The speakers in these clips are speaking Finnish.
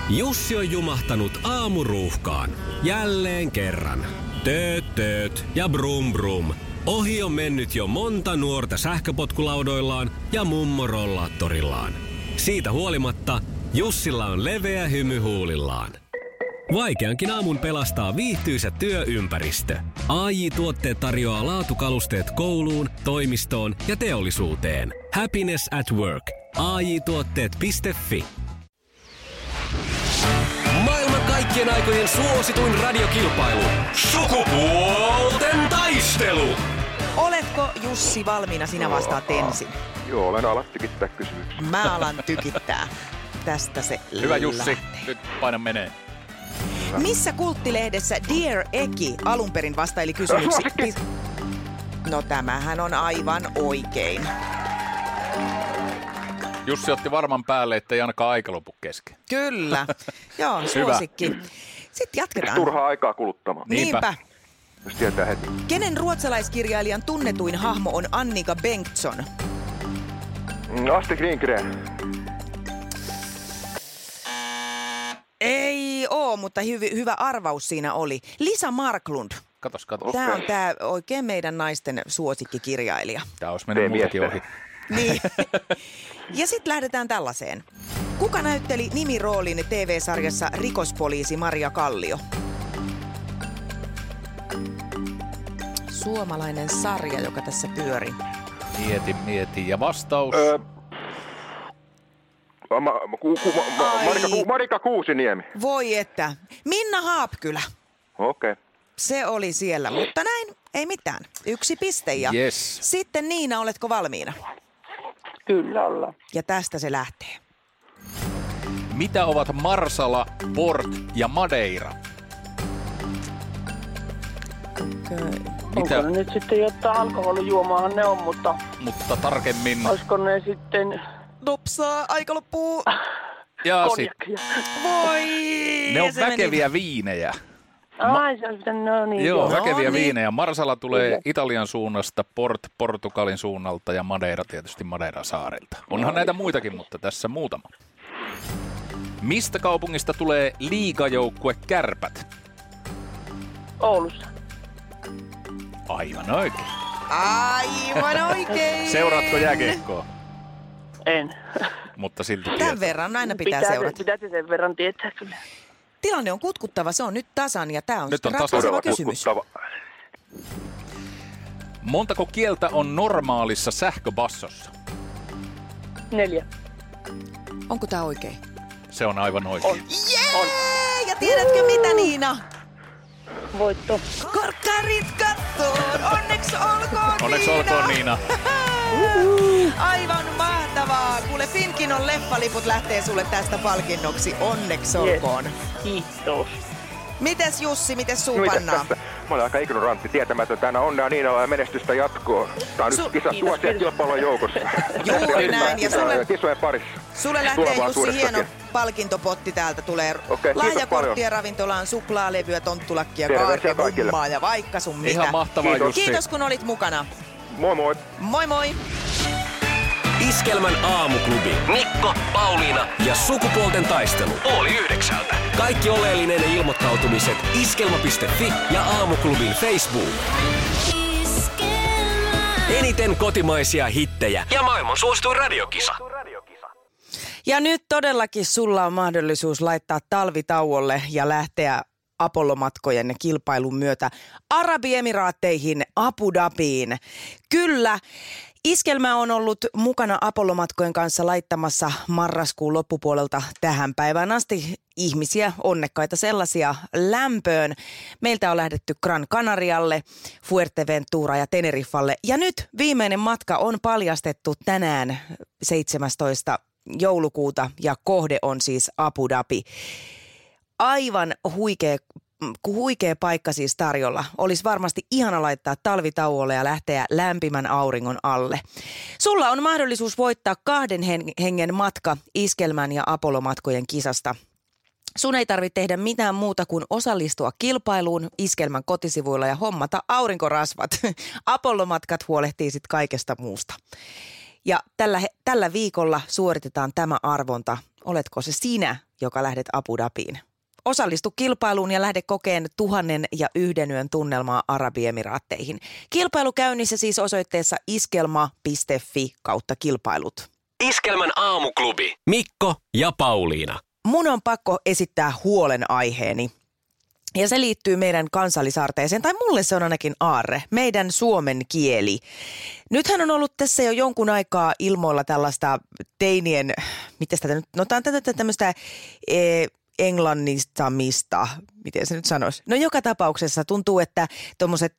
Jussi on jumahtanut aamuruuhkaan. Jälleen kerran. Tööt ja brum brum. Ohi on mennyt jo monta nuorta sähköpotkulaudoillaan ja mummorollaattorillaan. Siitä huolimatta Jussilla on leveä hymy huulillaan. Vaikeankin aamun pelastaa viihtyisä työympäristö. AJ-tuotteet tarjoaa laatukalusteet kouluun, toimistoon ja teollisuuteen. Happiness at work. AJ-tuotteet.fi. Maailman kaikkien aikojen suosituin radiokilpailu. Sukupuolten taistelu. Oletko, Jussi, valmiina? Sinä vastaat ensin. Joo, olen alat tykittää kysymyksiä. Mä alan tykittää. Tästä se Hyvä Jussi, lähtee. nyt paina menee. Missä kulttilehdessä Dear Eki alun perin vastaili kysymyksiin? No tämähän on aivan oikein. Jussi otti varman päälle, ettei ainakaan aika lopu kesken. Kyllä. Joo, suosikki. Sitten jatketaan. Turhaa aikaa kuluttamaan. Niinpä. Jos tietää heti. Kenen ruotsalaiskirjailijan tunnetuin hahmo on Annika Bengtsson? Astrid Lindgren. Ei oo, mutta hyvä arvaus siinä oli. Lisa Marklund. Katos. Tämä on tää oikein meidän naisten suosikkikirjailija. Tämä olisi mennyt muutakin ohi. Niin. Ja sitten lähdetään tällaiseen. Kuka näytteli nimiroolin TV-sarjassa Rikospoliisi Maria Kallio? Suomalainen sarja, joka tässä pyöri. Mieti. Ja vastaus? Marika Kuusiniemi. Voi että. Minna Haapkylä. Okei. Se oli siellä, mutta näin ei mitään. 1 piste. Ja Yes. sitten Niina, oletko valmiina? Kyllä ollaan. Ja tästä se lähtee. Mitä ovat Marsala, Port ja Madeira? Okay. Onko ne nyt sitten jotain alkoholijuomaahan ne on, mutta tarkemmin. olisiko ne sitten Nopsaa, aika loppuu. Ja konjakkia? Voi! ne on se väkeviä viinejä. Ai, se olisi pitänyt, no niin. Joo, No väkeviä niin. viinejä. Marsala tulee Kyllä. Italian suunnasta, Port Portugalin suunnalta ja Madeira tietysti Madeiran saarilta. Onhan näitä muitakin, mutta tässä muutama. Mistä kaupungista tulee liigajoukkue Kärpät? Oulussa. Aivan oikein. Aivan oikein. Seuraatko jääkiekkoa? En. Mutta silti Tämän tietää. verran aina pitää seurata. Pitää sen verran tietää kyllä. Tilanne on kutkuttava, se on nyt tasan ja tämä on Nyt sitten on tasan. ratkaiseva kysymys. Montako kieltä on normaalissa sähköbassossa? 4. Onko tämä oikein? Se on aivan oikein. Jee! Ja tiedätkö mitä, Niina? Voitto. Korkkarit kattoon! Onneksi olkoon, Onneksi olkoon, Niina. Aivan mahtavaa! Kuule, Finkinon leffaliput lähtee sulle tästä palkinnoksi. Onneksi olkoon. Kiitos. Mites Jussi, mites suu Mitäs pannaan? tässä? Mä olen aika ignorantti, tietämätön. Tänä onnea Niinalla ja menestystä jatkoon. Tää on nyt kisa suosia kilpailun joukossa. Juuri näin. Ja Kisojen parissa. sulle lähtee Jussi Tulevaisuudessakin. hieno palkintopotti täältä. Tulee Okei, kiitos lahjakorttia paljon. ravintolaan, suklaalevyä, tonttulakkia, Terveisiä kaikille. kaartemummaa ja vaikka sun mitä. Ihan mahtavaa, Kiitos. Jussi. Kiitos kun olit mukana. Moi moi. Moi moi! Iskelmän aamuklubi. Mikko, Pauliina ja sukupuolten taistelu. 8:30. Kaikki oleellinen ilmoittautumiset iskelma.fi ja aamuklubin Facebook. Eniten kotimaisia hittejä ja maailman suosituin radiokisa. Ja nyt todellakin sulla on mahdollisuus laittaa talvitauolle ja lähteä Apollo-matkojen kilpailun myötä Arabiemiraatteihin, Abu Dhabiin. Kyllä, Iskelmä on ollut mukana Apollo-matkojen kanssa laittamassa marraskuun loppupuolelta tähän päivään asti ihmisiä, onnekkaita sellaisia, lämpöön. Meiltä on lähdetty Gran Canarialle, Fuerteventura ja Teneriffalle. Ja nyt viimeinen matka on paljastettu tänään 17. joulukuuta ja kohde on siis Abu Dhabi. Aivan huikea paikka siis tarjolla. Olisi varmasti ihana laittaa talvitauolle ja lähteä lämpimän auringon alle. Sulla on mahdollisuus voittaa 2 hengen matka Iskelmän ja Apollo-matkojen kisasta. Sun ei tarvitse tehdä mitään muuta kuin osallistua kilpailuun Iskelmän kotisivuilla ja hommata aurinkorasvat. Apollo-matkat huolehtii sit kaikesta muusta. Ja tällä viikolla suoritetaan tämä arvonta. Oletko se sinä, joka lähdet Abu Dhabiin. Osallistu kilpailuun ja lähde kokeen 1001 yön tunnelmaa Arabiemiraatteihin. Kilpailu käynnissä siis osoitteessa iskelma.fi/kilpailut. Iskelmän aamuklubi. Mikko ja Pauliina. Mun on pakko esittää huolenaiheeni. Ja se liittyy meidän kansallisaarteeseen, tai mulle se on ainakin aarre, meidän suomen kieli. Nythän on ollut tässä jo jonkun aikaa ilmoilla tällaista teinien, miten sitä nyt, no tämä on tämmöistä englannistamista, miten se nyt sanoisi. No joka tapauksessa tuntuu, että tuommoiset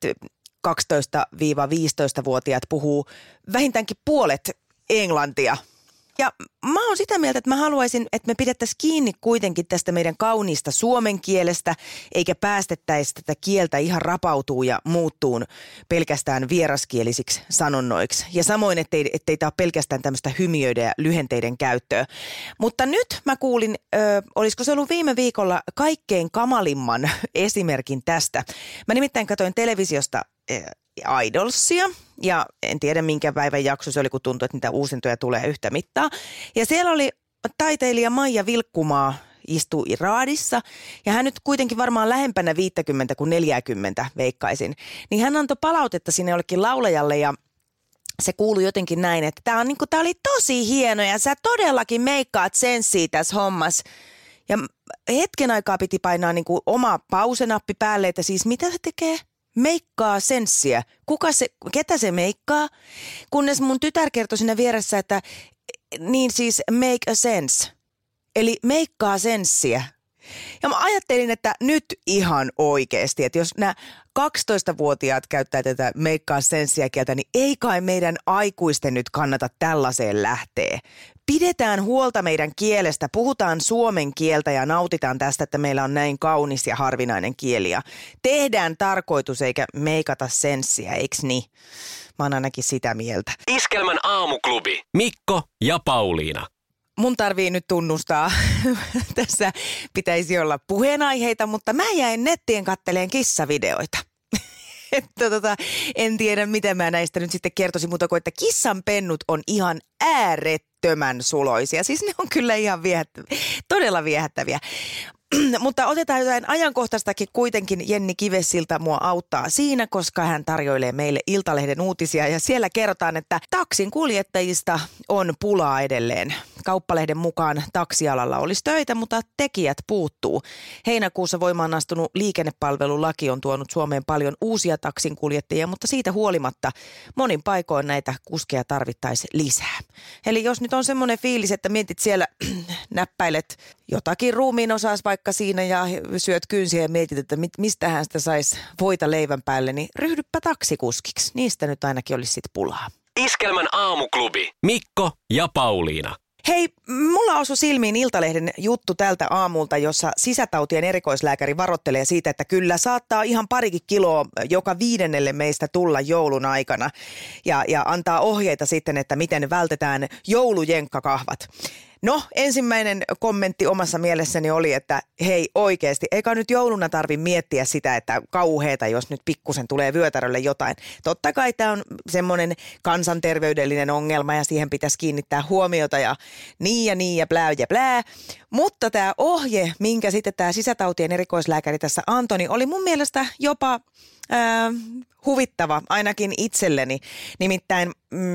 12-15-vuotiaat puhuu vähintäänkin puolet englantia. Ja mä oon sitä mieltä, että mä haluaisin, että me pidettäisiin kiinni kuitenkin tästä meidän kauniista suomen kielestä, eikä päästettäisi tätä kieltä ihan rapautuu ja muuttuu pelkästään vieraskielisiksi sanonnoiksi. Ja samoin, ettei tämä ole pelkästään tämmöistä hymiöiden ja lyhenteiden käyttöä. Mutta nyt mä kuulin, olisiko se ollut viime viikolla kaikkein kamalimman esimerkin tästä. Mä nimittäin katsoin televisiosta Idolsia, ja en tiedä minkä päivän jakso se oli, kun tuntui, että niitä uusintoja tulee yhtä mittaa. Ja siellä oli taiteilija Maija Vilkkumaa istui raadissa, ja hän nyt kuitenkin varmaan lähempänä 50 kuin 40 veikkaisin. Niin hän antoi palautetta sinne jollekin laulajalle, ja se kuului jotenkin näin, että tää oli tosi hieno, ja sä todellakin meikkaat senssiä tässä hommassa. Ja hetken aikaa piti painaa niin kuin oma pausenappi päälle, että siis mitä se tekee? Meikkaa senssiä. Ketä se meikkaa? Kunnes mun tytär kertoi siinä vieressä, että niin siis make a sense. Eli meikkaa senssiä. Ja mä ajattelin, että nyt ihan oikeasti, että jos nämä 12-vuotiaat käyttää tätä meikkaa senssiä kieltä, niin ei kai meidän aikuisten nyt kannata tällaiseen lähteä. Pidetään huolta meidän kielestä, puhutaan suomen kieltä ja nautitaan tästä, että meillä on näin kaunis ja harvinainen kieli. Ja tehdään tarkoitus eikä meikata senssiä, eiks niin? Mä oon ainakin sitä mieltä. Iskelmän aamuklubi. Mikko ja Pauliina. Mun tarvii nyt tunnustaa, tässä pitäisi olla puheenaiheita, mutta mä jäin nettiin katteleen kissavideoita. En tiedä, mitä mä näistä nyt sitten kertoisin, mutta että kissanpennut on ihan äärettömän suloisia. Siis ne on kyllä ihan todella viehättäviä. Mutta otetaan jotain ajankohtaistakin kuitenkin. Jenni Kivessilta mua auttaa siinä, koska hän tarjoilee meille Iltalehden uutisia. Ja siellä kerrotaan, että taksin kuljettajista on pulaa edelleen. Kauppalehden mukaan taksialalla olisi töitä, mutta tekijät puuttuu. Heinäkuussa voimaan astunut liikennepalvelulaki on tuonut Suomeen paljon uusia taksinkuljettajia, mutta siitä huolimatta monin paikoin näitä kuskeja tarvittaisiin lisää. Eli jos nyt on semmoinen fiilis, että mietit siellä, näppäilet jotakin ruumiin osas vaikka siinä ja syöt kynsiä ja mietit, että mistähän sitä saisi voita leivän päälle, niin ryhdyppä taksikuskiksi. Niistä nyt ainakin olisi sit pulaa. Iskelmän aamuklubi. Mikko ja Pauliina. Hei, mulla osui silmiin Iltalehden juttu tältä aamulta, jossa sisätautien erikoislääkäri varoittelee siitä, että kyllä saattaa ihan parikin kiloa joka 5. meistä tulla joulun aikana ja antaa ohjeita sitten, että miten vältetään joulujenkkakahvat. No, ensimmäinen kommentti omassa mielessäni oli, että hei oikeasti, eikä nyt jouluna tarvitse miettiä sitä, että kauheeta, jos nyt pikkusen tulee vyötärölle jotain. Totta kai tämä on semmoinen kansanterveydellinen ongelma ja siihen pitäisi kiinnittää huomiota ja niin ja blää. Mutta tämä ohje, minkä sitten tämä sisätautien erikoislääkäri tässä antoi, niin oli mun mielestä jopa huvittava, ainakin itselleni. Nimittäin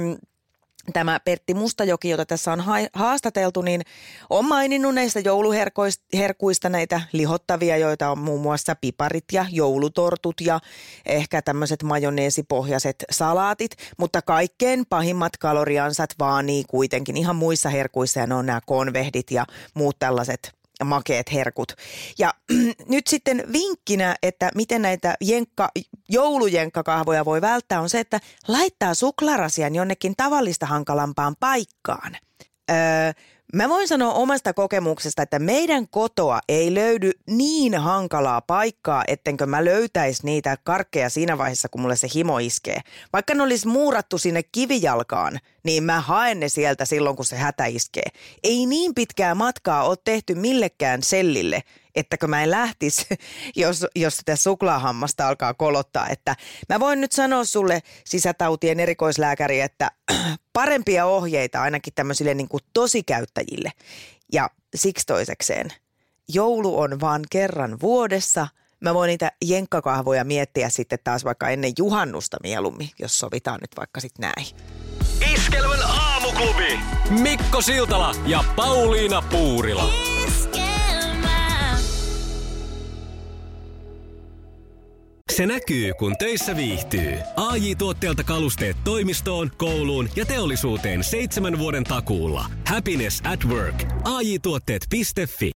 tämä Pertti Mustajoki, jota tässä on haastateltu, niin on maininnut näistä jouluherkuista näitä lihottavia, joita on muun muassa piparit ja joulutortut ja ehkä tämmöiset majoneesipohjaiset salaatit, mutta kaikkein pahimmat kaloriansat vaanii kuitenkin ihan muissa herkuissa ja ne on nämä konvehdit ja muut tällaiset makeet herkut. Ja nyt sitten vinkkinä, että miten näitä joulujenkkakahvoja voi välttää, on se, että laittaa suklaarasian jonnekin tavallista hankalampaan paikkaan. Mä voin sanoa omasta kokemuksesta, että meidän kotoa ei löydy niin hankalaa paikkaa, ettenkö mä löytäisi niitä karkkeja siinä vaiheessa, kun mulle se himo iskee. Vaikka ne olisi muurattu sinne kivijalkaan, niin mä haen ne sieltä silloin, kun se hätä iskee. Ei niin pitkää matkaa ole tehty millekään sellille, ettäkö mä en lähtisi, jos sitä suklaahammasta alkaa kolottaa. Että mä voin nyt sanoa sulle sisätautien erikoislääkäri, että parempia ohjeita ainakin tämmöisille niin kuin tosikäyttäjille. Ja siksi toisekseen. Joulu on vaan kerran vuodessa. Mä voin niitä jenkkakahvoja miettiä sitten taas vaikka ennen juhannusta mieluummin, jos sovitaan nyt vaikka sitten näin. Iskelmän aamuklubi. Mikko Siltala ja Pauliina Puurila. Se näkyy, kun töissä viihtyy. AJ-tuotteelta kalusteet toimistoon, kouluun ja teollisuuteen 7 vuoden takuulla. Happiness at work. AJ-tuotteet.fi